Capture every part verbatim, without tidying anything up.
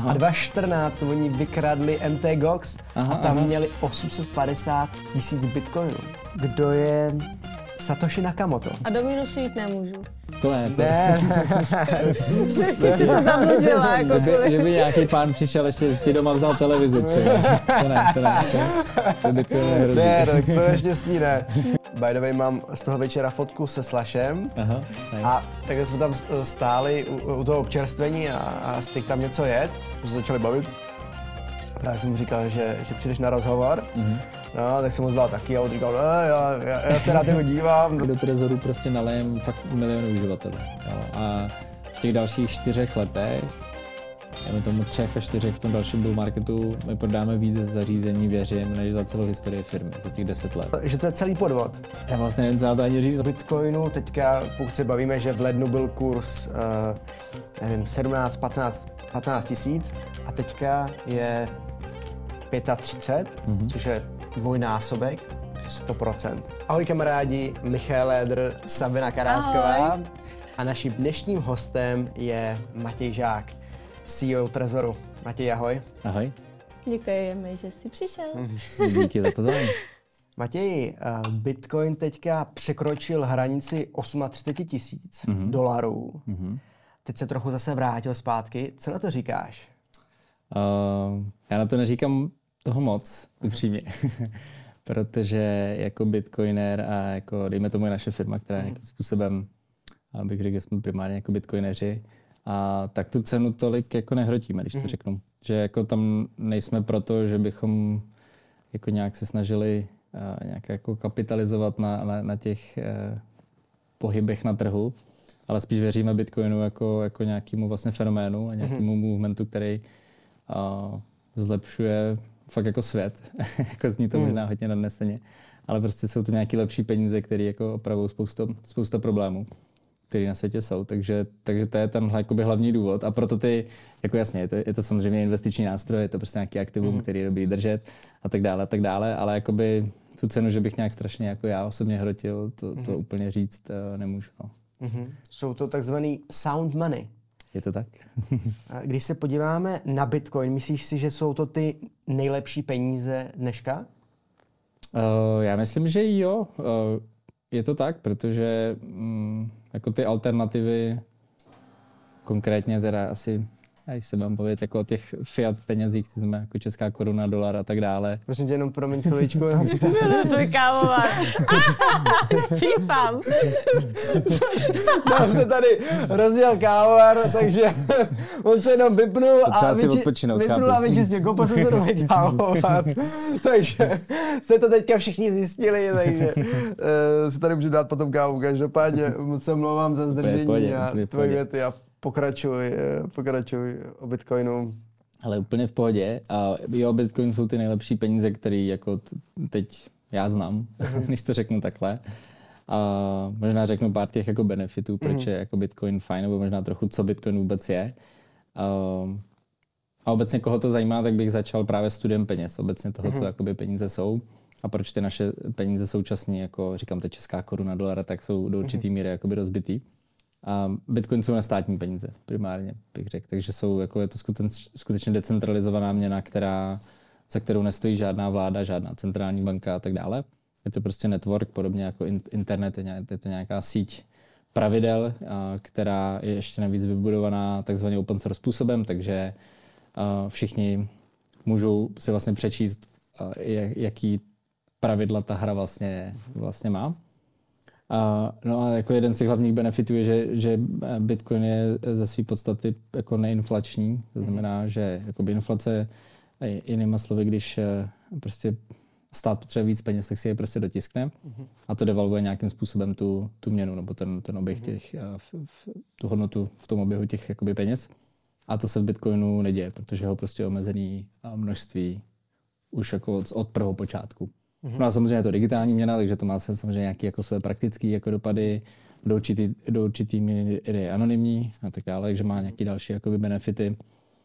Aha. A dva tisíce čtrnáct oni vykradli M T Gox Aha, a tam aha. měli osm set padesát tisíc bitcoinů. Kdo je Satoshi Nakamoto? A do minusu jít nemůžu. To ne, to Ne, Ty jsi se zadlužila, jako Kdyby, kvůli. kdyby nějaký pán přišel, ještě ti doma vzal televizi třeba. To ne, to ne, to, to Bitcoin nehrozí. ne, tak to naštěstí ne. By the way, mám z toho večera fotku se Slashem. Aha, nice. A takhle jsme tam stáli u, u toho občerstvení a, a Styk tam něco jet. Jsme se začali bavit. Právě jsem mu říkal, že, že přijdeš na rozhovor. Mm-hmm. No, tak jsem mu zval taky a on říkal, ne, já, já, já se na toho dívám. Do Trezoru prostě nalejem fakt miliony uživatelů. Jo. A v těch dalších čtyřech letech, já tomu třech a čtyřech v tom dalším bull marketu, my prodáme víc zařízení, věřím, než za celou historii firmy, za těch deset let. Že to je celý podvod. Já vlastně nevím, co na to ani říct. Bitcoinu teďka, pokud se bavíme, že v lednu byl kurz, uh, nevím, sedmnáct, patnáct, patnáct tisíc a teďka je třicet pět, mm-hmm. což je dvojnásobek, sto procent. Ahoj kamarádi, Michal Lédr, Sabina Karásková. Ahoj. A naším dnešním hostem je Matěj Žák, C E O Trezoru. Matěj, ahoj. Ahoj. Děkujeme, že jsi přišel. Díky za pozvání. Matěj, uh, Bitcoin teďka překročil hranici třicet osm tisíc Mhm. dolarů. Mhm. Teď se trochu zase vrátil zpátky. Co na to říkáš? Uh, já na to neříkám toho moc, upřímně. Protože jako bitcoiner a jako, dejme tomu, naše firma, která je nějakým způsobem, abych řekl, že jsme primárně jako bitcoineři, a tak tu cenu tolik jako nehrotíme, když to řeknu. Že jako tam nejsme proto, že bychom jako nějak se snažili uh, nějak jako kapitalizovat na, na, na těch uh, pohybech na trhu, ale spíš věříme Bitcoinu jako, jako nějakému vlastně fenoménu a nějakému movementu, který uh, zlepšuje fakt jako svět. Jako zní to možná hodně nadneseně, ale prostě jsou to nějaké lepší peníze, které jako opravují spoustu, spousta problémů, které na světě jsou. Takže, takže to je tenhle jakoby hlavní důvod. A proto ty, jako jasně, je to, je to samozřejmě investiční nástroj, je to prostě nějaký aktivum, mm. který je dobrý držet a tak dále, a tak dále, ale jakoby tu cenu, že bych nějak strašně jako já osobně hrotil, to, to mm. úplně říct uh, nemůžu. No. Mm-hmm. Jsou to takzvaný sound money. Je to tak? A když se podíváme na Bitcoin, myslíš si, že jsou to ty nejlepší peníze dneška? Uh, já myslím, že jo. Uh, je to tak, protože um, jako ty alternativy, konkrétně teda asi, když se mám povědět jako o těch fiat penězích, ty znamená jako česká koruna, dolar a tak dále. Prosím tě, jenom promiň chviličku. Byl tvůj kávovar. Chcípám. Nám se tady rozděl kávovar, takže on se jenom vypnul a, vyči- vypnul a vyčistil. Kopal jsem se do můj kávovar. Takže jste to teďka všichni zjistili, takže uh, si tady můžu dát potom kávu. Každopádně moc se mluvám za zdržení Pohodě, a tvoje věty a pokračuj, pokračuj o Bitcoinu. Ale úplně v pohodě. A jo, Bitcoin jsou ty nejlepší peníze, které jako t- teď já znám, když to řeknu takhle. A možná řeknu pár těch jako benefitů, proč je jako Bitcoin fajn, nebo možná trochu, co Bitcoin vůbec je. A, a obecně, koho to zajímá, tak bych začal právě studiem peněz. Obecně toho, co jakoby peníze jsou. A proč ty naše peníze současně, jako říkám, ta česká koruna, dolara, tak jsou do určitý míry jakoby rozbitý. A Bitcoin jsou na státní peníze, primárně bych řekl. Takže jsou, jako je to skutečně decentralizovaná měna, která, za kterou nestojí žádná vláda, žádná centrální banka a tak dále. Je to prostě network, podobně jako internet, je to nějaká síť pravidel, která je ještě navíc vybudovaná takzvaně open source způsobem, takže všichni můžou si vlastně přečíst, jaký pravidla ta hra vlastně, vlastně má. A, no a jako jeden z těch hlavních benefitů je, že, že Bitcoin je ze své podstaty jako neinflační. To znamená, že jakoby inflace, jinými slovy, když prostě stát potřebuje víc peněz, tak si je prostě dotiskne a to devalvuje nějakým způsobem tu, tu měnu nebo ten, ten oběh těch, v, v, tu hodnotu v tom oběhu těch jakoby peněz. A to se v Bitcoinu neděje, protože ho prostě omezený množství už jako od, od prvého počátku. No a samozřejmě je to digitální měna, takže to má samozřejmě nějaké jako své praktické jako dopady, do určitý, do určitý míry je anonymní a tak dále, takže má nějaké další jakoby benefity.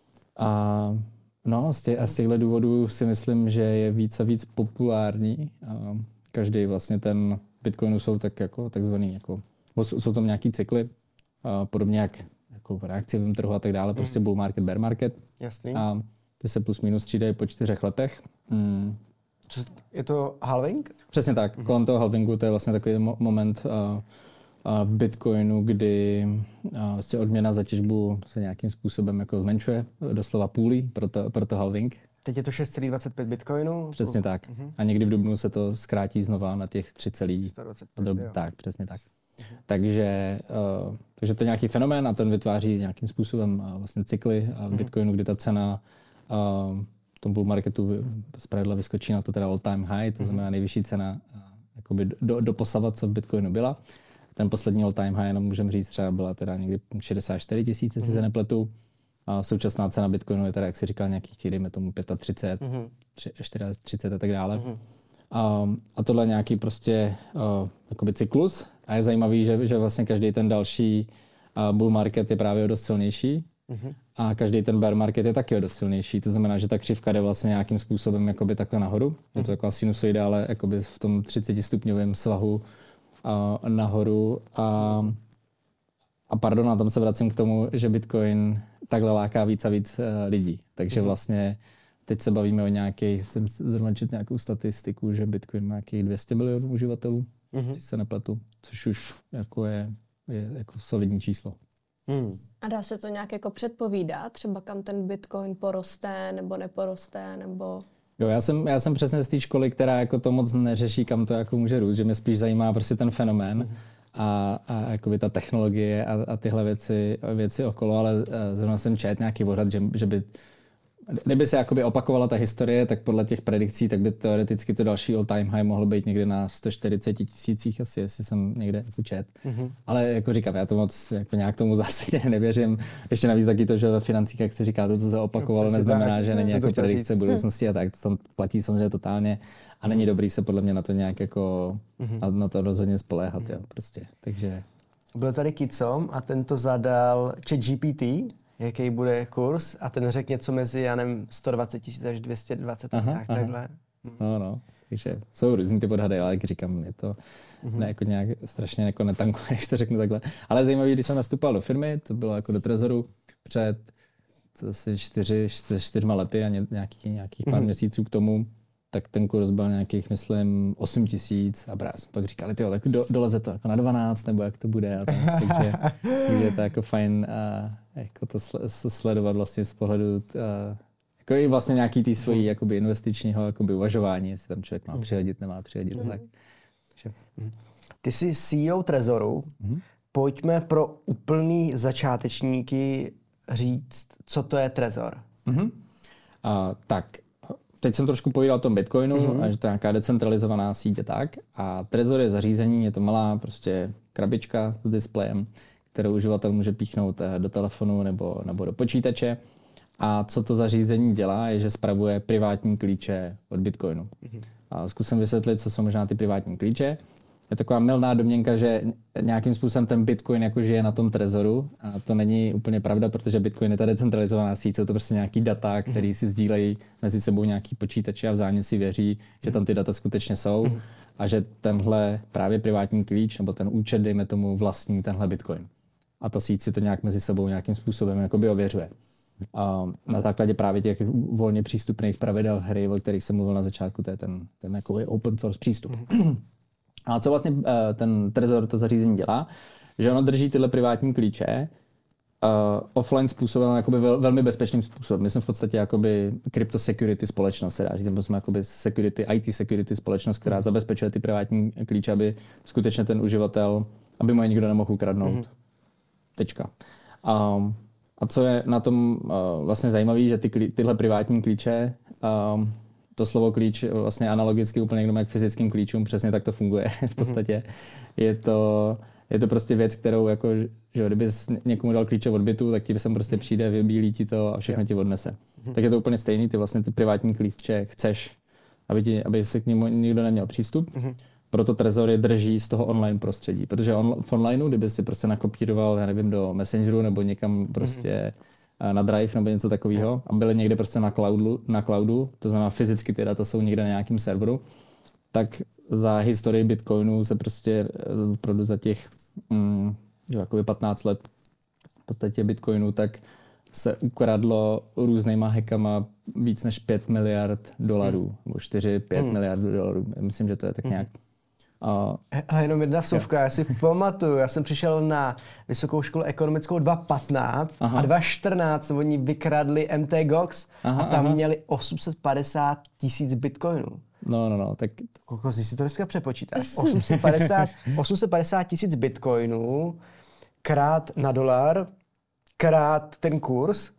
A no, z, tě, a z těchto důvodů si myslím, že je víc a víc populární. A každý vlastně ten Bitcoinu jsou tak jako takzvaný, jako, jsou tam nějaký cykly, a podobně jak jako reakci v trhu a tak dále, mm. prostě bull market, bear market. Jasný. A ty se plus minus střídají po čtyřech letech. Mm. Co, je to halving? Přesně tak. Mm. Kolem toho halvingu to je vlastně takový mo- moment uh, uh, v Bitcoinu, kdy uh, vlastně odměna za těžbu se nějakým způsobem jako zmenšuje, doslova půlí pro to, pro to halving. Teď je to šest celá dvacet pět bitcoinů. Přesně tak. Uh-huh. A někdy v dubnu se to zkrátí znova na těch tři celý. sto dvacet pět, Drob... Tak, přesně tak. Uh-huh. Takže, uh, takže to je nějaký fenomén a ten vytváří nějakým způsobem uh, vlastně cykly uh, v Bitcoinu, kdy ta cena uh, v tom bull marketu zpravidla vyskočí na to teda all time high, to znamená nejvyšší cena uh, jakoby do, doposavat, co v Bitcoinu byla. Ten poslední all time high, jenom můžeme říct, třeba byla teda někdy šedesát čtyři tisíc, jestli uh-huh. se nepletu. A současná cena Bitcoinu je teda, jak si říkal, nějakých, dejme tomu třicet pět, mm-hmm. čtyřicet, třicet a tak dále. Mm-hmm. A, a tohle je nějaký prostě uh, jakoby cyklus. A je zajímavý, že, že vlastně každý ten další uh, bull market je právě o dost silnější. Mm-hmm. A každý ten bear market je taky o dost silnější. To znamená, že ta křivka jde vlastně nějakým způsobem jakoby takhle nahoru. Mm-hmm. Je to jako sinusoida, ale jakoby v tom třicetistupňovém svahu uh, nahoru. A, a pardon, a tam se vracím k tomu, že Bitcoin takhle láká víc a víc uh, lidí. Takže mm-hmm. vlastně teď se bavíme o nějakých, jsem zrovna četl nějakou statistiku, že Bitcoin má nějakých dvě stě milionů uživatelů, mm-hmm. si se nepletu, což už jako je, je jako solidní číslo. Mm. A dá se to nějak jako předpovídat, třeba kam ten Bitcoin poroste nebo neporoste, nebo... Jo, já jsem, já jsem přesně z té školy, která jako to moc neřeší, kam to jako může růst, že mě spíš zajímá prostě ten fenomén. Mm-hmm. A, a jakoby ta technologie a, a tyhle věci, věci okolo, ale zrovna jsem četl nějaký odhad, že, že by, kdyby se jakoby opakovala ta historie, tak podle těch predikcí, tak by teoreticky to další all time high mohlo být někde na sto čtyřicet tisících asi, jestli jsem někde jako četl. Mm-hmm. Ale jako říkám, já to moc jako nějak tomu zásadně nevěřím. Ještě navíc taky to, že ve financích, jak se říká, to, co se opakovalo, no, neznamená, tak, že není jako predikce budoucnosti a tak. To tam platí samozřejmě totálně. A není dobrý se podle mě na to nějak jako, mm-hmm. na, na to rozhodně spoléhat, mm-hmm. jo, prostě, takže. Byl tady Kicom a ten to zadal ChatGPT, jaký bude kurz a ten řekl něco mezi, já nevím, sto dvacet tisíc až dvě stě dvacet, aha, tak, aha. takhle. No, no, takže jsou různý ty odhady, ale jak říkám, je to mm-hmm. ne, jako nějak strašně jako netankové, když to řeknu takhle. Ale zajímavé, když jsem nastupoval do firmy, to bylo jako do Trezoru před asi čtyři, čtyřma lety a nějakých, nějakých pár mm-hmm. měsíců k tomu, tak ten kurz byl nějakých, myslím, osm tisíc a brás. Pak říkali, tyjo, tak do, doleze to jako na dvanáct, nebo jak to bude. A tak, takže, takže je to jako fajn a, jako to sledovat vlastně z pohledu a, jako i vlastně nějaký tý svojí jakoby investičního jakoby uvažování, jestli tam člověk má přihodit, nemá přihodit. Mm. Tak. Takže. Ty jsi C E O Trezoru. Mm. Pojďme pro úplný začátečníky říct, co to je Trezor. Mm-hmm. A, tak, teď jsem trošku povídal o tom Bitcoinu, mm-hmm. a že to je nějaká decentralizovaná síť tak. A Trezor je zařízení, je to malá prostě krabička s displejem, kterou uživatel může píchnout do telefonu nebo, nebo do počítače. A co to zařízení dělá, je, že spravuje privátní klíče od Bitcoinu. Mm-hmm. A zkusím vysvětlit, co jsou možná ty privátní klíče. Je taková mylná domněnka, že nějakým způsobem ten Bitcoin jako žije na tom Trezoru a to není úplně pravda, protože Bitcoin je ta decentralizovaná síť, jsou to prostě nějaký data, které si sdílejí mezi sebou nějaký počítače a vzájemně si věří, že tam ty data skutečně jsou a že tenhle právě privátní klíč nebo ten účet, dejme tomu, vlastní tenhle Bitcoin. A ta síť si to nějak mezi sebou nějakým způsobem jakoby ověřuje. A na základě právě těch volně přístupných pravidel hry, o kterých jsem mluvil na začátku, to je ten, ten jako open source přístup. A co vlastně ten Trezor, to zařízení dělá, že ono drží tyhle privátní klíče uh, offline způsobem, jakoby vel, velmi bezpečným způsobem. My jsme v podstatě jakoby crypto security společnost, se dá říct, jsme jakoby security, I T security společnost, která zabezpečuje ty privátní klíče, aby skutečně ten uživatel, aby mu je nikdo nemohl ukradnout. Mm-hmm. Tečka. Um, a co je na tom uh, vlastně zajímavé, že ty, tyhle privátní klíče, um, to slovo klíč vlastně analogicky úplně někdo jak fyzickým klíčům, přesně tak to funguje v podstatě. Je to, je to prostě věc, kterou jako, že kdyby někomu dal klíče od bytu, tak ti by sem prostě přijde, vybílí ti to a všechno ti odnese. Tak je to úplně stejný, ty vlastně ty privátní klíče chceš, aby, ti, aby se k němu nikdo neměl přístup. Proto Trezor je drží z toho online prostředí, protože on, v onlineu, kdyby si prostě nakopíroval, já nevím, do Messengeru nebo někam prostě na Drive nebo něco takového a byly někde prostě na cloudu, na cloudu, to znamená fyzicky ty data jsou někde na nějakém serveru, tak za historii Bitcoinu se prostě opravdu za těch mm, jakoby patnáct let podstatě Bitcoinu, tak se ukradlo různýma hackama víc než pět miliard dolarů, hmm. nebo čtyři pět hmm. miliard dolarů. Myslím, že to je tak nějak. A uh, jenom jedna vsuvka, já si pamatuju, já jsem přišel na vysokou školu ekonomickou dva patnáct aha. a dva čtrnáct oni vykradli M T Gox aha, a tam aha. měli osm set padesát tisíc bitcoinů. No, no, no, tak... Kolik si to dneska přepočítáš? osm set padesát tisíc bitcoinů krát na dolar, krát ten kurz,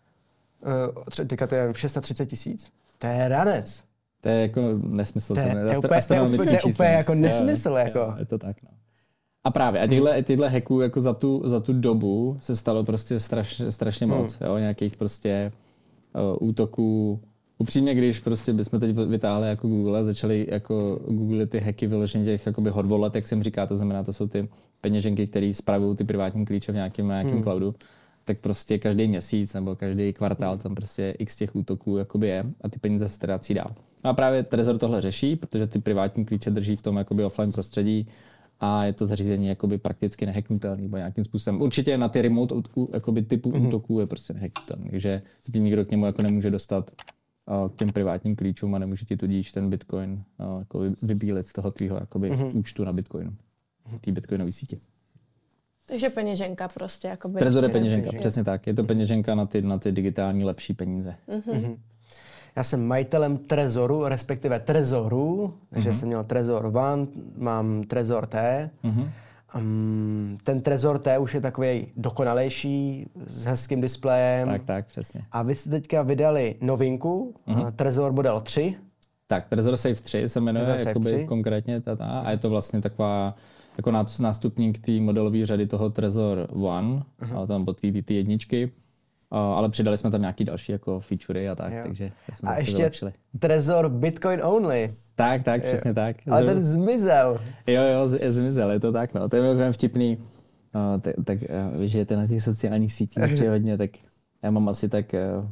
uh, teďka to je šest set třicet tisíc, to je ranec. To je jako nesmysl. To je, to je, úplně, to je úplně, to je úplně jako nesmysl. Je, jako. Je, je to tak, no. A právě, a těchto, těchto hacků jako za tu, za tu dobu se stalo prostě strašně, strašně moc, hmm. jo, nějakých prostě uh, útoků. Upřímně, když prostě bychom teď vytáhli jako Google a začali jako Google ty hacky vyloženě těch jakoby hot wallet, jak jsem říká, to znamená, to jsou ty peněženky, které spravují ty privátní klíče v nějakém, nějakém hmm. cloudu, tak prostě každý měsíc nebo každý kvartál tam prostě x těch útoků jakoby je a ty peníze se ztrácí dál. A právě Trezor tohle řeší, protože ty privátní klíče drží v tom jakoby offline prostředí a je to zařízení jakoby prakticky nehacknutelný nebo nějakým způsobem. Určitě na ty remote jakoby typu mm-hmm. útoků je prostě nehacknutelný, takže se tím nikdo k němu jako nemůže dostat uh, k těm privátním klíčům a nemůže ti tudíž ten Bitcoin uh, jako vybílit z toho tvýho jakoby mm-hmm. účtu na Bitcoinu, té bitcoinové síti. Takže peněženka prostě. Jakoby Trezor je peněženka, přesně tak. Je to peněženka na ty, na ty digitální lepší peníze. Mm-hmm. Já jsem majitelem Trezoru, respektive Trezoru, takže mm-hmm. jsem měl Trezor One, mám Trezor T. Mm-hmm. Um, ten Trezor T už je takový dokonalejší, s hezkým displejem. Tak, tak, přesně. A vy jste teďka vydali novinku, mm-hmm. Trezor Model tři. Tak, Trezor Safe tři se jmenuje jakoby konkrétně tata, a je to vlastně taková jako nástupník té modelové řady toho Trezor One, uh-huh. tam pod ty, ty jedničky, uh, ale přidali jsme tam nějaký další jako featurey a tak, jo. takže jsme a se ještě vylepšili. Trezor Bitcoin only. Tak, tak, jo. přesně tak. Ale ten zmizel. Jo, jo, z, zmizel, je to tak, no. To je mimochodem vtipný. Uh, tak, tak uh, vy žijete na těch sociálních sítích hodně, tak já mám asi tak, uh,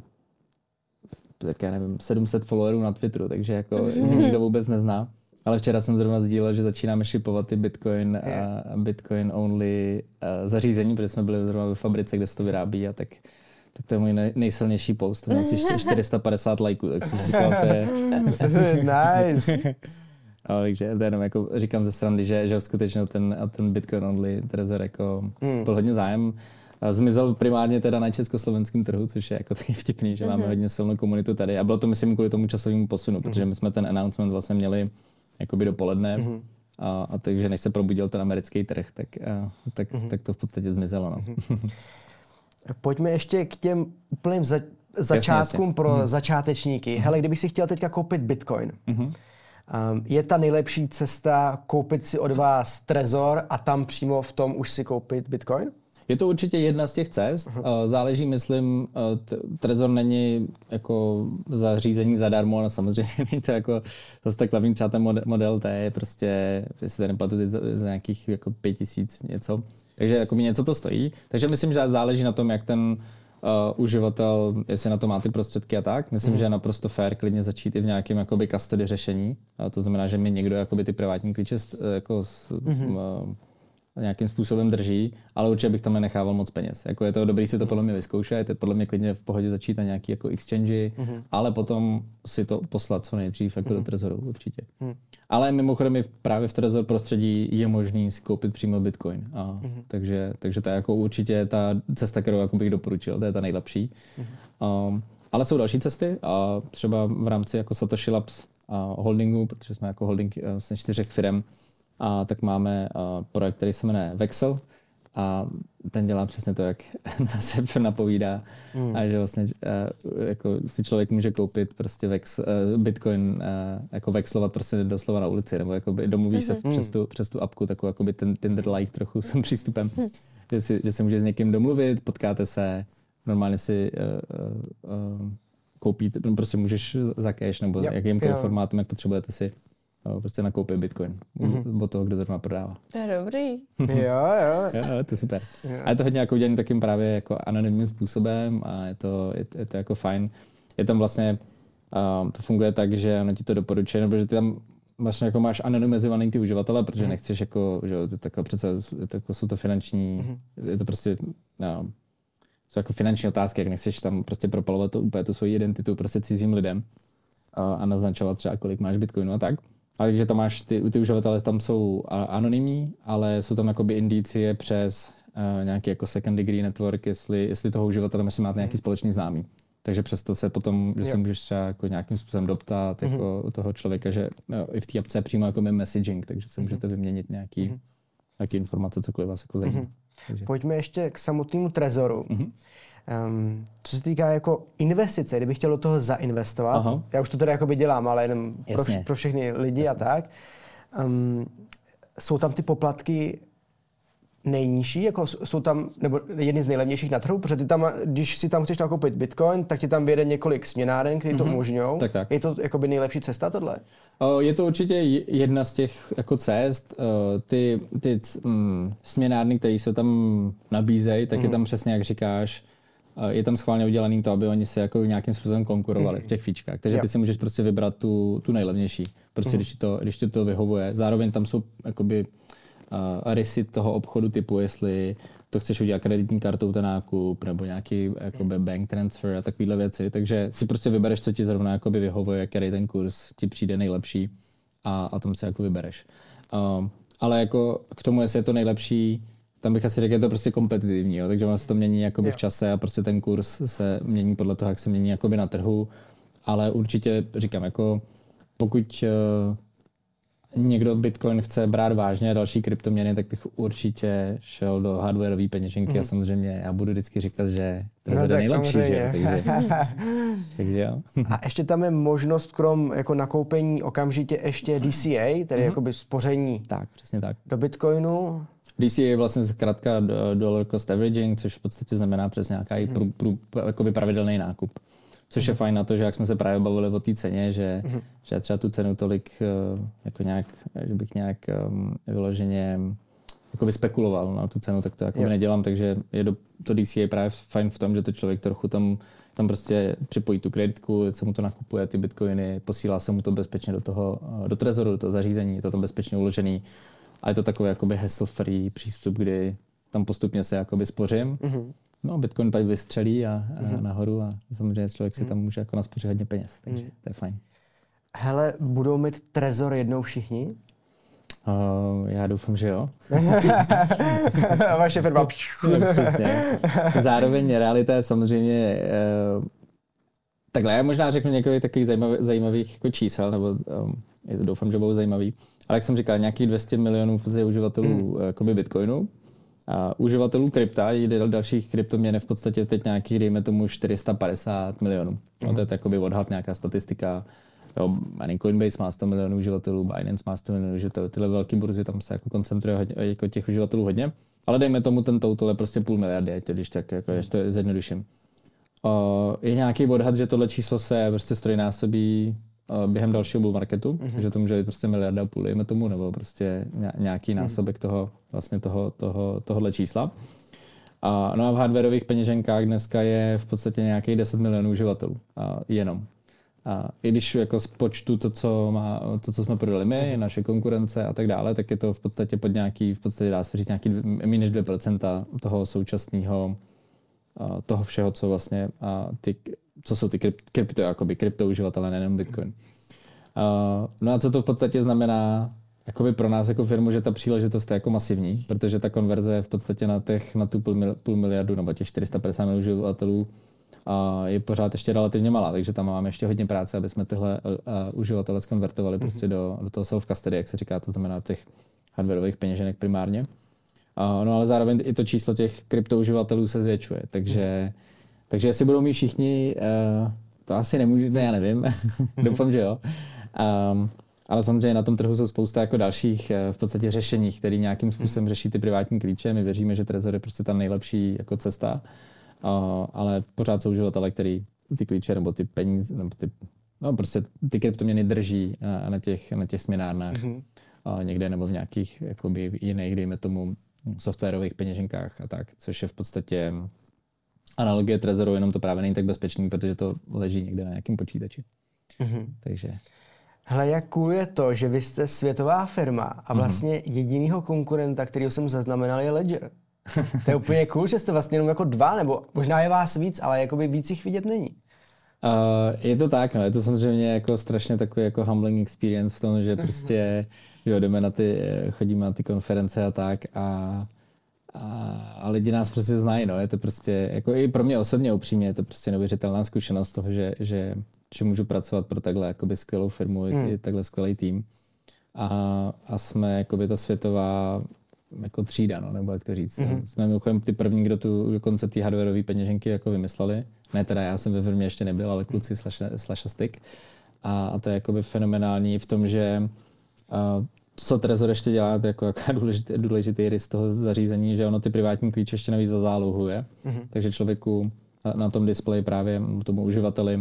tak já nevím, sedm set followerů na Twitteru, takže jako mm-hmm. nikdo vůbec nezná. Ale včera jsem zrovna sdílel, že začínáme shipovat ty Bitcoin a Bitcoin only zařízení, protože jsme byli zrovna ve fabrice, kde se to vyrábí a tak, tak to je můj nej, nejsilnější post. To má asi čtyři sta padesát lajků, tak jsem říkal, to je... Nice. No, takže to jenom jako říkám ze strany, že, že skutečně ten, ten Bitcoin only Trezor jako mm. byl hodně zájem. Zmizel primárně teda na československém trhu, což je jako taky vtipný, že mm-hmm. máme hodně silnou komunitu tady. A bylo to myslím kvůli tomu časovému posunu, protože my jsme ten announcement vlastně měli jakoby dopoledne, mm-hmm. a, a takže než se probudil ten americký trh, tak, a, tak, mm-hmm. tak to v podstatě zmizelo. No. Mm-hmm. Pojďme ještě k těm úplným za, začátkům jasně, jasně. pro mm-hmm. začátečníky. Mm-hmm. Hele, kdybych si chtěl teďka koupit Bitcoin, mm-hmm. um, je ta nejlepší cesta koupit si od vás Trezor a tam přímo v tom už si koupit Bitcoin? Je to určitě jedna z těch cest. Uh-huh. Záleží, myslím, Trezor není jako zařízení zadarmo, ale samozřejmě není to jako zase tak hlavní, třeba ten model T je prostě, jestli se nepamatuji, za, za nějakých jako pět tisíc něco. Takže jako mi něco to stojí. Takže myslím, že záleží na tom, jak ten uh, uživatel, jestli na to má ty prostředky a tak. Myslím, uh-huh. že je naprosto fair klidně začít i v nějakém jakoby custody řešení. A to znamená, že mi někdo jakoby ty privátní klíče jako s, uh-huh. uh, nějakým způsobem drží, ale určitě bych tam nenechával moc peněz. Jako je to dobrý si to podle mě vyzkoušet, je podle mě klidně v pohodě začít na nějaký jako exchange, mm-hmm. ale potom si to poslat co nejdřív jako mm-hmm. do Trezoru určitě. Mm. Ale mimochodem právě v Trezor prostředí je možný si koupit přímo Bitcoin. A mm-hmm. takže, takže to je jako určitě ta cesta, kterou jako bych doporučil, to je ta nejlepší. Mm-hmm. Um, ale jsou další cesty a třeba v rámci jako Satoshi Labs a holdingu, protože jsme jako holding vlastně čtyřech firem, a tak máme uh, projekt, který se jmenuje Vexel a ten dělá přesně to, jak na sebe napovídá. Mm. A že vlastně uh, jako si člověk může koupit prostě vex, uh, Bitcoin, uh, jako vexlovat prostě doslova na ulici, nebo jako domluví mm-hmm. se přes tu, přes tu apku, takovou jakoby ten Tinder-like trochu s přístupem, mm. že, si, že se může s někým domluvit, potkáte se, normálně si uh, uh, koupíte, prostě můžeš za cash nebo yep. jakýmkoliv formátem, jak potřebujete si prostě nakoupit Bitcoin mm-hmm. od toho, kdo to zrovna prodává. To je dobrý. jo, jo. jo, to je super. Jo. A je to hodně jako udělané takým právě jako anonymním způsobem a je to, je, je to jako fajn. Je tam vlastně, um, to funguje tak, že ono ti to doporučuje, protože ty tam vlastně jako máš anonymizovaný ty uživatele, protože mm-hmm. nechceš jako, že to, jako přece, to, jako jsou to finanční, mm-hmm. je to prostě, no, jsou jako finanční otázky, jak nechceš tam prostě propalovat to úplně tu svoji identitu prostě cizím lidem a, a naznačovat třeba, kolik máš bitcoinu a tak. Ale takže tam máš, ty, ty uživatelé tam jsou anonymní, ale jsou tam jakoby indicie přes uh, nějaký jako second degree network, jestli, jestli toho uživatele, jestli máte nějaký společný známý. Takže přesto se potom, že se můžeš třeba jako nějakým způsobem doptat mm-hmm. jako u toho člověka, že jo, i v té apce přímo jako messaging, takže se můžete vyměnit nějaký, mm-hmm. nějaký informace, cokoliv vás jako zajímá. Mm-hmm. Pojďme ještě k samotnému Trezoru. Mm-hmm. Um, co se týká jako investice, kdybych chtěl do toho zainvestovat, Aha. já už to teda jakoby dělám, ale jenom pro, vš- pro všechny lidi Jasně. a tak, um, jsou tam ty poplatky nejnižší, jako jsou tam, nebo jedny z nejlevnějších na trhu, protože ty tam, když si tam chceš nakoupit bitcoin, tak ti tam vyjede několik směnáren, které mm-hmm. to umožňují. Tak, tak. Je to jakoby nejlepší cesta tohle? Je to určitě jedna z těch jako cest. Ty, ty mm, směnárny, které se tam nabízejí, tak mm-hmm. je tam přesně, jak říkáš, je tam schválně udělaný to, aby oni se jako nějakým způsobem konkurovali mm-hmm. v těch fíčkách. Takže ty si můžeš prostě vybrat tu, tu nejlevnější, prostě mm-hmm. když ti to, když ti to vyhovuje. Zároveň tam jsou jakoby Uh, rysy toho obchodu typu, jestli to chceš udělat kreditní kartou ten nákup, nebo nějaký jakoby, bank transfer a takovéhle věci. Takže si prostě vybereš, co ti zrovna jakoby, vyhovuje, který ten kurz ti přijde nejlepší a, a tom se jako vybereš. Uh, ale jako k tomu, jestli je to nejlepší, tam bych asi řekl, je to prostě kompetitivní, jo? Takže ono se to mění jakoby, v čase a prostě ten kurz se mění podle toho, jak se mění jakoby, na trhu. Ale určitě říkám, jako pokud uh, někdo Bitcoin chce brát vážně a další kryptoměny, tak bych určitě šel do hardwareové peněženky mm. a samozřejmě já budu vždycky říkat, že Trezor je nejlepší, že? Takže, takže jo. A ještě tam je možnost krom jako nakoupení okamžitě ještě D C A, tedy mm. jakoby spoření tak, přesně tak. do Bitcoinu. D C A je vlastně zkrátka dollar cost averaging, což v podstatě znamená přes nějaký mm. prů, prů, jakoby pravidelný nákup. Což je fajn na to, že jak jsme se právě bavili o té ceně, že, mm-hmm. že třeba tu cenu tolik jako nějak, že bych nějak um, vyloženě jakoby spekuloval na tu cenu, tak to jakoby nedělám, takže je do, to D C A právě fajn v tom, že to člověk trochu tam, tam prostě připojí tu kreditku, se mu to nakupuje, ty bitcoiny, posílá se mu to bezpečně do toho, do Trezoru, do toho zařízení, je to tam bezpečně uložený a je to takový jakoby hassle-free přístup, kdy tam postupně se jakoby spořím. Mm-hmm. No, Bitcoin pak vystřelí a, a mm-hmm. nahoru a samozřejmě člověk si tam může jako naspořit hodně peněz, takže mm. to je fajn. Hele, budou mít Trezor jednou všichni? Uh, já doufám, že jo. Vaše firma. No, přesně. Zároveň realita je samozřejmě uh, takhle, já možná řeknu několik takových zajímavých, zajímavých jako čísel, nebo um, je to, doufám, že budou zajímavý. Ale jak jsem říkal, nějakých dvě stě milionů v podstatě uživatelů mm. Bitcoinu. A uživatelů krypta i dalších kryptoměn je v podstatě teď nějakých, dejme tomu, čtyři sta padesát milionů. Mm-hmm. No, to je takový odhad, nějaká statistika. Jo, Coinbase má sto milionů uživatelů, Binance má sto milionů uživatelů. Tyhle velké burzy tam se jako koncentruje hodně, jako těch uživatelů hodně. Ale dejme tomu, ten total je prostě půl miliardy, když tak jako, mm. to zjednoduším. O, je nějaký odhad, že tohle číslo se prostě strojnásobí během dalšího bull marketu, mm-hmm. že to může být prostě miliarda a půl, dejme tomu, nebo prostě nějaký násobek toho, vlastně toho, toho, tohohle čísla. A, no a v hardwareových peněženkách dneska je v podstatě nějakých deset milionů uživatelů. A jenom. A i když jako z počtu to, co, má, to, co jsme prodali my, mm-hmm. naše konkurence a tak dále, tak je to v podstatě pod nějaký, v podstatě dá se říct nějaký méně než dvě procenta toho současného, toho všeho, co vlastně ty co jsou ty krypto, jakoby krypto uživatelé, nejenom Bitcoin. Uh, no a co to v podstatě znamená jakoby pro nás jako firmu, že ta příležitost je jako masivní, protože ta konverze je v podstatě na, těch, na tu půl, mil, půl miliardu nebo těch čtyři sta padesát milionů uživatelů uh, je pořád ještě relativně malá, takže tam máme ještě hodně práce, aby jsme tyhle uh, uživatele skonvertovali mm-hmm. prostě do, do toho self-custody, jak se říká, to znamená těch hardwareových peněženek primárně. Uh, no ale zároveň i to číslo těch krypto uživatelů se zvětšuje, takže mm-hmm. Takže jestli budou mít všichni, uh, to asi nemůžu, ne, já nevím, doufám, že jo. Um, ale samozřejmě na tom trhu jsou spousta jako dalších uh, v podstatě řešení, které nějakým způsobem řeší ty privátní klíče. My věříme, že Trezor je prostě ta nejlepší jako cesta, uh, ale pořád jsou uživatelé, který ty klíče nebo ty peníze, nebo ty, no prostě ty kryptoměny drží na, na, těch, na těch směnárnách mm-hmm. uh, někde nebo v nějakých jakoby jiných, dejme tomu, softwarových peněženkách a tak, což je v podstatě analogie Trezoru, jenom to právě není tak bezpečný, protože to leží někde na nějakém počítači. Mm-hmm. Takže. Hele, jak cool je to, že vy jste světová firma a vlastně mm-hmm. jedinýho konkurenta, kterýho jsem zaznamenal, je Ledger. To je úplně cool, že jste vlastně jenom jako dva, nebo možná je vás víc, ale jakoby víc jich vidět není. Uh, je to tak, no, je to samozřejmě jako strašně takový jako humbling experience v tom, že prostě jo, jdeme na ty, chodíme na ty konference a tak a, a, a lidi nás prostě znají, no, je to prostě, jako i pro mě osobně upřímně, je to prostě neuvěřitelná zkušenost toho, že, že, že můžu pracovat pro takhle jakoby skvělou firmu, hmm. i takhle skvělý tým a, a jsme jakoby ta světová jako třída, no, nebo jak to říct. Mm-hmm. Jsme mimochodem ty první, kdo tu koncept té hardwareové peněženky jako vymysleli. Ne teda já jsem ve firmě ještě nebyl, ale kluci slash a stick. A, a to je jakoby fenomenální v tom, že uh, co Trezor ještě dělá, to je jako důležitý, důležitý rys toho zařízení, že ono ty privátní klíče ještě navíc zazálohuje. Mm-hmm. Takže člověku na, na tom displeji právě tomu uživateli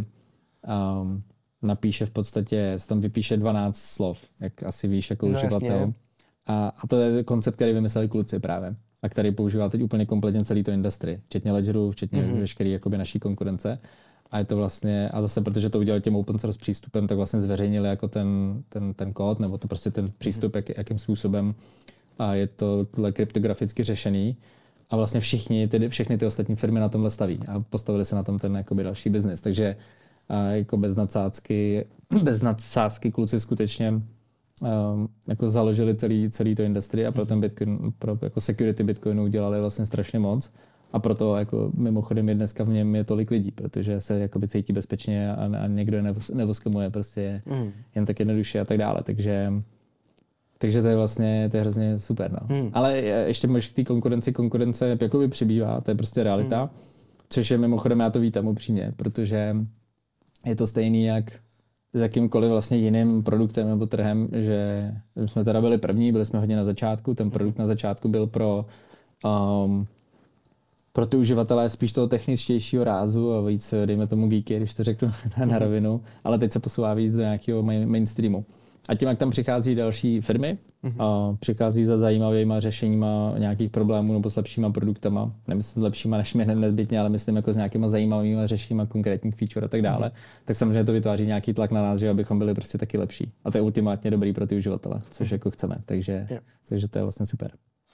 um, napíše v podstatě, se tam vypíše dvanáct slov, jak asi víš jako no, uživatel. Jasně. A, a to je koncept, který vymysleli kluci právě a který používá teď úplně kompletně celý to industry, včetně Ledgeru, včetně mm-hmm. veškerý jakoby naší konkurence. A je to vlastně, a zase protože to udělali tím open source přístupem, tak vlastně zveřejnili jako ten, ten, ten kód, nebo to prostě ten přístup, mm-hmm. jak, jakým způsobem a je to kryptograficky řešený. A vlastně všichni, tedy všechny ty ostatní firmy na tomhle staví a postavili se na tom ten jakoby další biznis. Takže a jako bez nadsázky, bez nadsázky kluci skutečně Um, jako založili celý, celý to industry a pro ten Bitcoin, pro jako security Bitcoinu udělali vlastně strašně moc a proto jako mimochodem je dneska v něm je tolik lidí, protože se jakoby cítí bezpečně a, a někdo je nevoskemuje prostě mm. jen tak jednoduše a tak dále, takže takže to je vlastně to je hrozně super, no. Mm. Ale ještě možná k té konkurenci, konkurence jakoby přibývá, to je prostě realita, mm. což je mimochodem já to vítám upřímně, protože je to stejný jak s jakýmkoliv vlastně jiným produktem nebo trhem, že jsme teda byli první, byli jsme hodně na začátku, ten produkt na začátku byl pro, um, pro ty uživatelé spíš toho techničtějšího rázu a víc, dejme tomu geeky, když to řeknu na rovinu, ale teď se posouvá víc do nějakého mainstreamu. A tím, jak tam přichází další firmy, mm-hmm. a přichází za zajímavýma řešeníma nějakých problémů nebo s lepšíma produktama, nemyslím lepšíma než mě nezbytně, ale myslím jako s nějakýma zajímavýma řešeníma konkrétních feature a tak dále, mm-hmm. tak samozřejmě to vytváří nějaký tlak na nás, že abychom byli prostě taky lepší. A to je ultimátně dobrý pro ty uživatele, což mm-hmm. jako chceme, takže, yeah. takže to je vlastně super.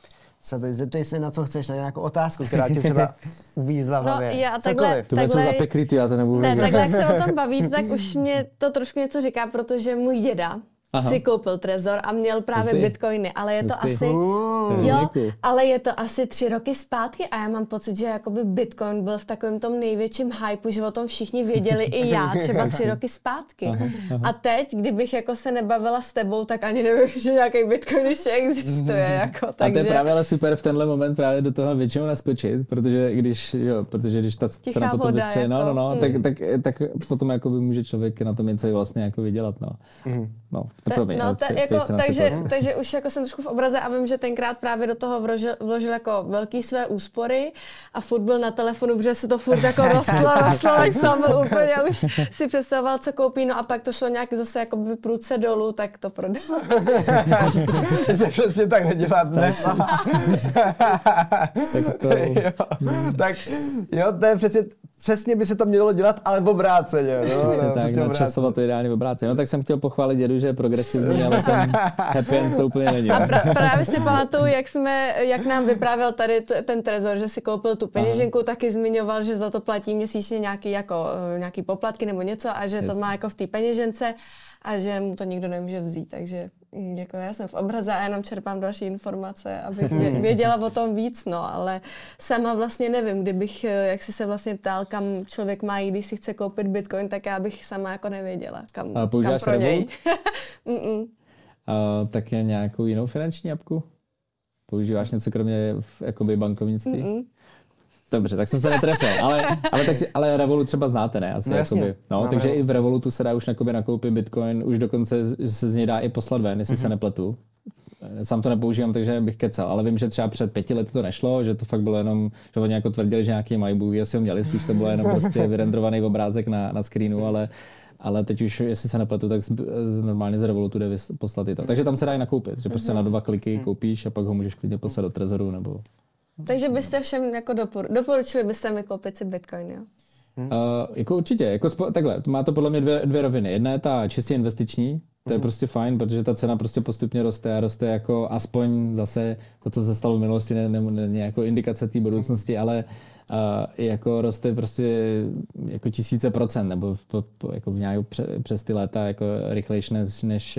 Sabi, zeptej se, na co chceš, na nějakou otázku, která tě třeba uvízla v hlavě. No, já takhle, to takhle, zapeklý, ty, já to nebudu ne, takhle, jak se o tom bavíte, tak už mě to trošku něco říká, protože můj děda Aha. si koupil Trezor a měl právě Vždy. bitcoiny, ale je to Vždy. asi uh, jo, ale je to asi tři roky zpátky a já mám pocit, že jakoby bitcoin byl v takovém tom největším hypeu, že o tom všichni věděli i já, třeba tři roky zpátky. Aha, aha. A teď, kdybych jako se nebavila s tebou, tak ani nevím, že nějaký bitcoin ještě existuje. Jako, takže... A to je právě ale super v tenhle moment právě do toho většinou naskočit, protože když, jo, protože když ta cena potom vystřeje, no, no, no, mm. tak, tak, tak potom jakoby může člověk na tom něco vlastně jako vydělat, no. Mm. No. Te, promiň, no, te, jako, takže, takže už jako jsem trošku v obraze a vím, že tenkrát právě do toho vložil, vložil jako velký své úspory a furt byl na telefonu, protože se to furt jako rostlo, rostlo, tak jsem byl úplně a už si představoval, co koupí, no a pak to šlo nějak zase jako by prudce dolů, tak to prodal. Že se přesně tak nedělat, ne? tak, to... jo, tak jo, to je přesně, přesně by se to mělo dělat, ale v obráceně. No, no, no, tak, načasovat to ideálně v obráceně. No tak jsem chtěl pochválit dědu, že je progresivní, ale ten happy end to úplně není. A pra, právě si pamatuju, jak, jsme, jak nám vyprávěl tady t, ten Trezor, že si koupil tu peněženku, Aha. taky zmiňoval, že za to platí měsíčně nějaký, jako, nějaký poplatky nebo něco a že Jasně. to má jako v té peněžence a že mu to nikdo nemůže vzít, takže jako já jsem v obraze a jenom čerpám další informace, abych věděla o tom víc, no, ale sama vlastně nevím, kdybych, jak jsi se vlastně ptal, kam člověk má jít, když si chce koupit bitcoin, tak já bych sama jako nevěděla, kam, a kam pro něj. A také nějakou jinou finanční apku? Používáš něco kromě jakoby bankovnictví? Mm-mm. Dobře, tak jsem se netrefil, ale, ale, tak, ale Revolut třeba znáte, ne? Asi, no, jakoby, no, takže i v Revolutu se dá už nakoupit bitcoin, už dokonce se z něj dá i poslat ven, jestli mm-hmm. se nepletu. Sám to nepoužívám, takže bych kecal, ale vím, že třeba před pěti lety to nešlo, že to fakt bylo jenom, že oni jako tvrdili, že nějaký MyBookie asi ho měli, spíš to bylo jenom prostě vyrendrovaný obrázek na, na screenu, ale ale teď už, jestli se nepletu, tak z, z, normálně z Revolutu jde poslat i to. Takže tam se dá i nakoupit, že prostě na dva kliky koupíš a pak ho můžeš klidně poslat do Trezoru nebo... Takže byste všem jako dopor, doporučili byste mi koupit si bitcoin, jo? Hmm. Uh, jako určitě, jako spo, takhle, má to podle mě dvě, dvě roviny. Jedna je ta čistě investiční, to je mm. prostě fajn, protože ta cena prostě postupně roste a roste jako aspoň zase to, co se stalo v minulosti, ne, ne, ne, ne jako indikace té budoucnosti, mm. ale uh, jako roste prostě jako tisíce procent, nebo po, po, jako v nějakou pře, přes ty léta jako rychlejší než, než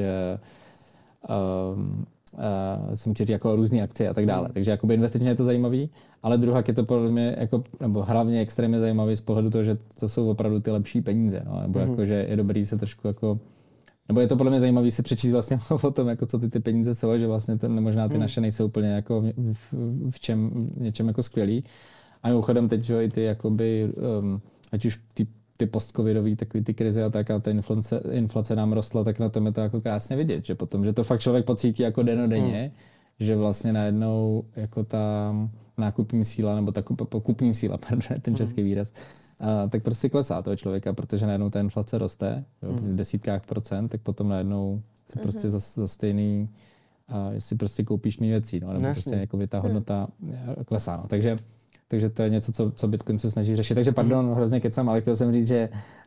uh, um, Uh, jsem ti jako různé akcie a tak dále. Mm. Takže jakoby investičně je to zajímavý, ale druhá je to podle mě jako, nebo hlavně extrémně zajímavý z pohledu toho, že to jsou opravdu ty lepší peníze, no, nebo mm. jako, že je dobrý se trošku jako, nebo je to podle mě zajímavý si přečíst vlastně o tom, jako co ty ty peníze jsou, že vlastně to, možná ty mm. naše nejsou úplně jako v, v čem, v něčem jako skvělý. A mimochodem teď, že i ty jakoby, um, ať už ty ty postcovidový takový ty krize a tak a ta inflace, inflace nám rostla, tak na tom je to jako krásně vidět, že potom, že to fakt člověk pocítí jako denodenně, hmm. že vlastně najednou jako ta nákupní síla, nebo ta kupní síla, pardon, ten český výraz, a, tak prostě klesá toho člověka, protože najednou ta inflace roste jo, v desítkách procent, tak potom najednou se hmm. prostě za, za stejný, a si prostě koupíš méně věcí, no, nebo prostě jako ta hodnota hmm. klesá, no. Takže Takže to je něco, co, co Bitcoin se snaží řešit. Takže pardon, mm. hrozně kecám, ale chtěl jsem říct, že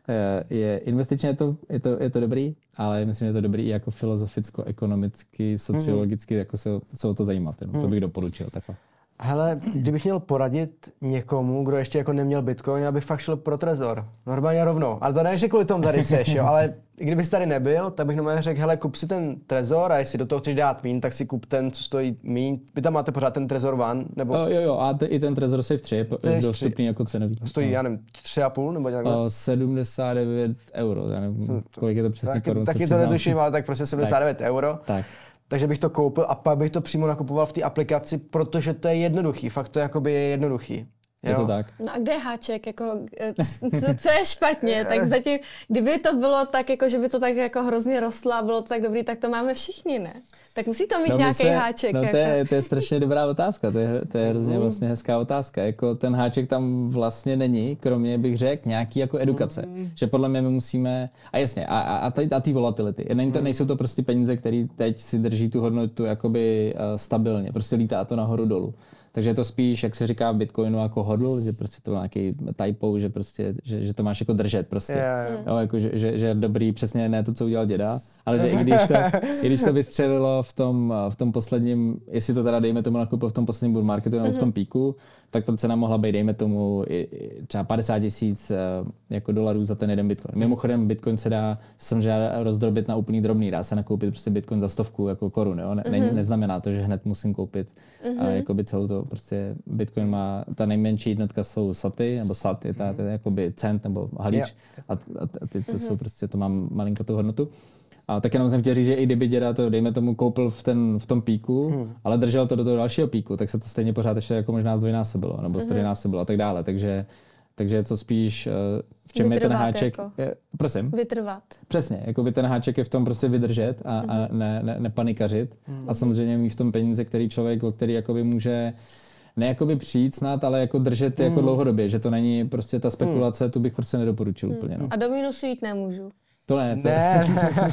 je investičně je to, je to, je to dobrý, ale myslím, že je to dobrý i jako filozoficko, ekonomicky, sociologicky, mm. jako se, se o to zajímat. Mm. To bych doporučil takhle. Hele, kdybych měl poradit někomu, kdo ještě jako neměl Bitcoin, abych fakt šel pro Trezor. Normálně rovnou. Ale to ne, že kvůli tomu tady seš, jo, ale kdybych tady nebyl, tak bych normálně řekl, hele, kup si ten Trezor a jestli do toho chceš dát míň, tak si kup ten, co stojí míň. Vy tam máte pořád ten Trezor One, nebo... Uh, jo, jo, a t- i ten Trezor Safe tři je dostupný jako cenový. Stojí, no. já nevím, tři a půl nebo nějak? Uh, sedmdesát devět euro, já nevím, kolik je to přesně korun. Taky to netuším, ale tak prostě sedmdesát devět tak. euro. Tak. Takže bych to koupil a pak bych to přímo nakupoval v té aplikaci, protože to je jednoduchý. Fakt to jakoby je jednoduchý. Je to tak. No a kde je háček? Jako, co, co je špatně? Tak zatím, kdyby to bylo tak, jako, že by to tak jako hrozně rostlo a bylo to tak dobrý, tak to máme všichni, ne? Tak musí to mít no nějaký se, háček. No jako. to, je, to je strašně dobrá otázka, to je, to je hrozně vlastně hezká otázka. Jako ten háček tam vlastně není, kromě bych řekl, nějaký jako edukace. Mm. Že podle mě my musíme, a jasně, a, a, a ty volatility. Není to, nejsou to prostě peníze, které teď si drží tu hodnotu jakoby uh, stabilně, prostě lítá to nahoru dolů. Takže je to spíš, jak se říká v Bitcoinu, jako hodl, že prostě to nějaký typo, že prostě, že, že to máš jako držet prostě. Yeah, yeah. Jo, jako, že, že, že dobrý, přesně ne to, co udělal děda, ale že i když to, i když to vystřelilo v tom, v tom posledním, jestli to teda dejme tomu nakoupil v tom posledním bull marketu nebo v tom píku, tak ta cena mohla být, dejme tomu, třeba padesát tisíc jako dolarů za ten jeden Bitcoin. Mimochodem Bitcoin se dá samozřejmě rozdrobit na úplný drobný, dá se nakoupit prostě Bitcoin za stovku jako korun, jo? Ne, mm-hmm. Neznamená to, že hned musím koupit mm-hmm. a, jakoby celou to, prostě Bitcoin má, ta nejmenší jednotka jsou saty, nebo sat, je ta, ta jakoby cent nebo halíč yeah. a, a, a ty to mm-hmm. jsou prostě, to má malinko tu hodnotu. A tak jenom jsem chtěl říct, že i kdyby děda to, dejme tomu, koupil v, ten, v tom píku, hmm. ale držel to do toho dalšího píku, tak se to stejně pořád ještě jako možná zdvojnásobilo, nebo strojnásobilo a tak dále. Takže, takže je to spíš, v čem vytrvat, je ten háček. Jako. Je, prosím? Vytrvat. Přesně, jako by ten háček je v tom prostě vydržet a, hmm. a ne, ne, nepanikařit. Hmm. A samozřejmě mít v tom peníze, který člověk, o který jakoby může ne jakoby přijít snad, ale jako držet hmm. jako dlouhodobě, že to není prostě ta spekulace, hmm. tu bych prostě nedoporučil hmm. úplně. No. A do minusu jít nemůžu. To ne, to ne.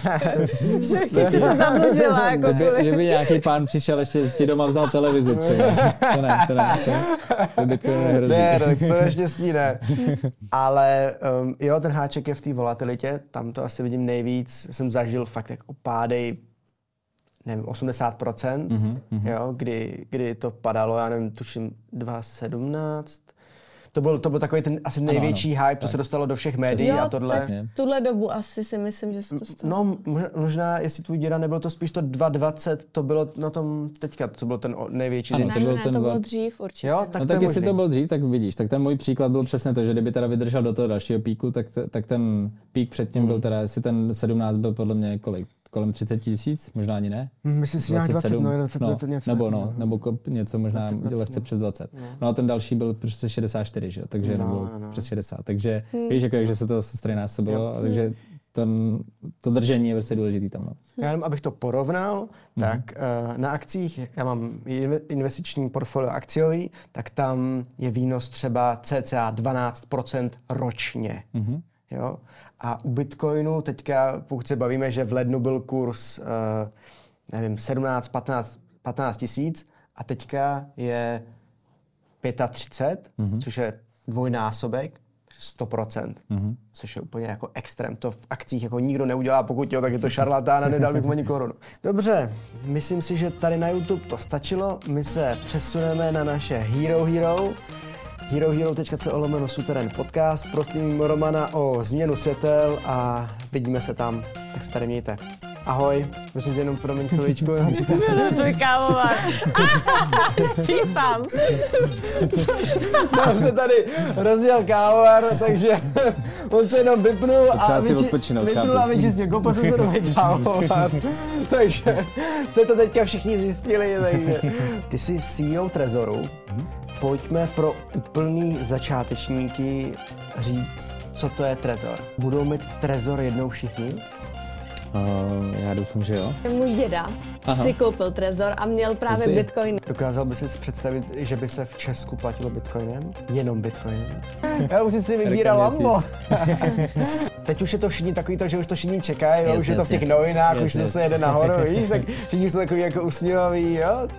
Když jsi se zadlužila, jako že, že by nějaký pán přišel, ještě ti doma vzal televizi třeba. To ne, to ne. To, to, to nehrozí. Ne, tak to neštěstí ne. Ale um, jo, ten háček je v té volatilitě, tam to asi vidím nejvíc. Jsem zažil fakt jako pádej, nevím, osmdesát procent, mm-hmm, jo, kdy, kdy to padalo, já nevím, tuším dva tisíce sedmnáct. To byl, to byl takový ten asi největší ano, ano. hype, to se dostalo do všech médií jo, a tohle. V tuhle dobu asi si myslím, že se to stalo. No možná, jestli tvůj děda nebyl to spíš to dva tisíce dvacet, to bylo na tom teďka, to byl ten největší. Ano, ne, to byl, ne, ten to bylo dřív určitě. Jo, tak no tak jestli to byl dřív, tak vidíš, tak ten můj příklad byl přesně to, že kdyby teda vydržel do toho dalšího píku, tak, tak ten pík předtím hmm. byl teda, jestli ten sedmnáct byl podle mě kolik? Kolem třicet tisíc, možná ani ne. Myslím si nějak dvacet, no, dvacet, no, dvacet něco. Nebo, no, nebo něco možná lehce přes dvacet. No. no a ten další byl prostě šedesát čtyři, že? Takže no, nebo no. přes šedesát. Takže hmm. víš, jako, že se to strojnásobilo, takže ten, to držení je prostě důležitý tam. No. Já jenom, abych to porovnal, hmm. tak uh, na akcích, já mám investiční portfolio akciový, tak tam je výnos třeba cca dvanáct procent ročně. Hmm. Jo? A u Bitcoinu teďka, pokud se bavíme, že v lednu byl kurz, uh, nevím, sedmnáct, patnáct tisíc a teďka je třicet pět, mm-hmm. což je dvojnásobek, sto procent, mm-hmm. což je úplně jako extrém. To v akcích jako nikdo neudělá, pokud jo, tak je to šarlatán a nedal bych mu ani korunu. Dobře, myslím si, že tady na YouTube to stačilo. My se přesuneme na naše Hero Hero. herohero tečka co lomeno Suterén podcast. Prosím Romana o změnu světel a vidíme se tam. Tak se tady mějte. Ahoj, myslím, že jenom promiň chviličku. No, tvůj kávovar. Cípám. Nám se tady rozjel kávovar, takže on se jenom vypnul a, vyči, vypnul a vyčistil kopasozerový kávovar. Takže jste to teďka všichni zjistili, takže ty jsi C E O Trezoru. Pojďme pro úplný začátečníky říct, co to je Trezor. Budou mít Trezor jednou všichni? Uh, já doufám, že jo. Můj děda Aha. si koupil Trezor a měl právě Zdy. Bitcoin. Dokázal by si představit, že by se v Česku platilo Bitcoinem? Jenom Bitcoinem? Já už si vybíral Lambo. Teď už je to všichni takový to, že už to všichni čekají, yes, už yes, je to v těch novinách, yes, už yes. se jede nahoru, víš, tak všichni jsou takový jako usměvaví, jo?